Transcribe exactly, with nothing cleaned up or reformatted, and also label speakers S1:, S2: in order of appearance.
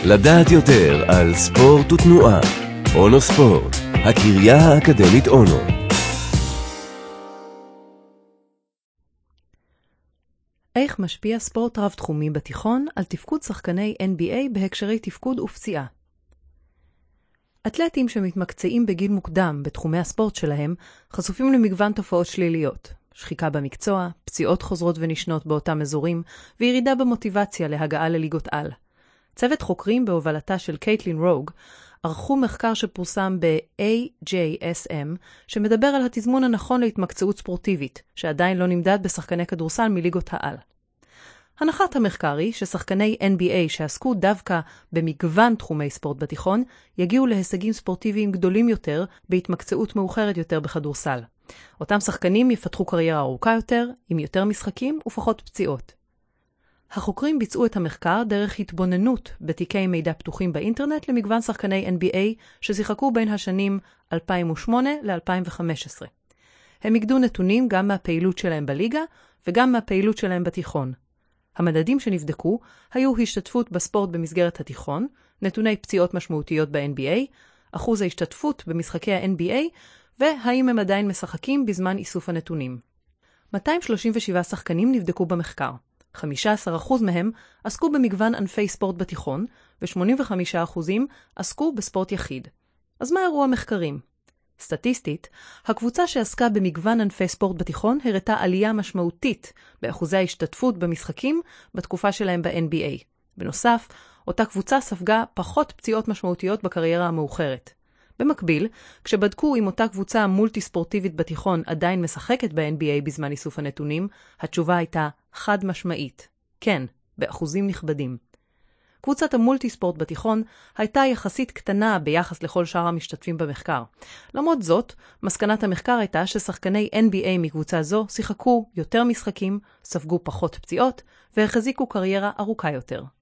S1: לדעת יותר על ספורט ותנועה. אונו ספורט, הקריה האקדמית אונו. איך משפיע ספורט רב-תחומי בתיכון על תפקוד שחקני אן בי איי בהקשרי תפקוד ופציעה? אתלטים שמתמקצעים בגיל מוקדם בתחומי הספורט שלהם חשופים למגוון תופעות שליליות, שחיקה במקצוע, פציעות חוזרות ונשנות באותם אזורים וירידה במוטיבציה להגעה לליגות על. צוות חוקרים בהובלתה של קייטלין רוג ערכו מחקר שפורסם ב-איי ג'יי אס אם שמדבר על התזמון הנכון להתמקצעות ספורטיבית, שעדיין לא נמדד בשחקני כדורסל מליגות העל. הנחת המחקר היא ששחקני אן בי איי שעסקו דווקא במגוון תחומי ספורט בתיכון יגיעו להישגים ספורטיביים גדולים יותר בהתמקצעות מאוחרת יותר בכדורסל. אותם שחקנים יפתחו קריירה ארוכה יותר, עם יותר משחקים ופחות פציעות. החוקרים ביצעו את המחקר דרך התבוננות בתיקי מידע פתוחים באינטרנט למגוון שחקני אן בי איי ששיחקו בין השנים אלפיים ושמונה ל-אלפיים וחמש עשרה. הם הגדו נתונים גם מהפעילות שלהם בליגה וגם מהפעילות שלהם בתיכון. המדדים שנבדקו היו השתתפות בספורט במסגרת התיכון, נתוני פציעות משמעותיות ב-אן בי איי, אחוז ההשתתפות במשחקי ה-אן בי איי, והאם הם עדיין משחקים בזמן איסוף הנתונים. מאתיים שלושים ושבעה שחקנים נבדקו במחקר. חמישה עשר אחוז מהם עסקו במגוון ענפי ספורט בתיכון, ו-שמונים וחמישה אחוז עסקו בספורט יחיד. אז מה אירוע מחקרים? סטטיסטית, הקבוצה שעסקה במגוון ענפי ספורט בתיכון הראתה עלייה משמעותית באחוזי ההשתתפות במשחקים בתקופה שלהם ב-אן בי איי. בנוסף, אותה קבוצה ספגה פחות פציעות משמעותיות בקריירה המאוחרת. במקביל, כשבדקו אם אותה קבוצה מולטי ספורטיבית בתיכון עדיין משחקת ב-אן בי איי בזמן איסוף הנתונים, התשובה הייתה חד משמעית. כן, באחוזים נכבדים. קבוצת המולטי ספורט בתיכון הייתה יחסית קטנה ביחס לכל שאר המשתתפים במחקר. למרות זאת, מסקנת המחקר הייתה ששחקני אן בי איי מקבוצה זו שיחקו יותר משחקים, ספגו פחות פציעות והחזיקו קריירה ארוכה יותר.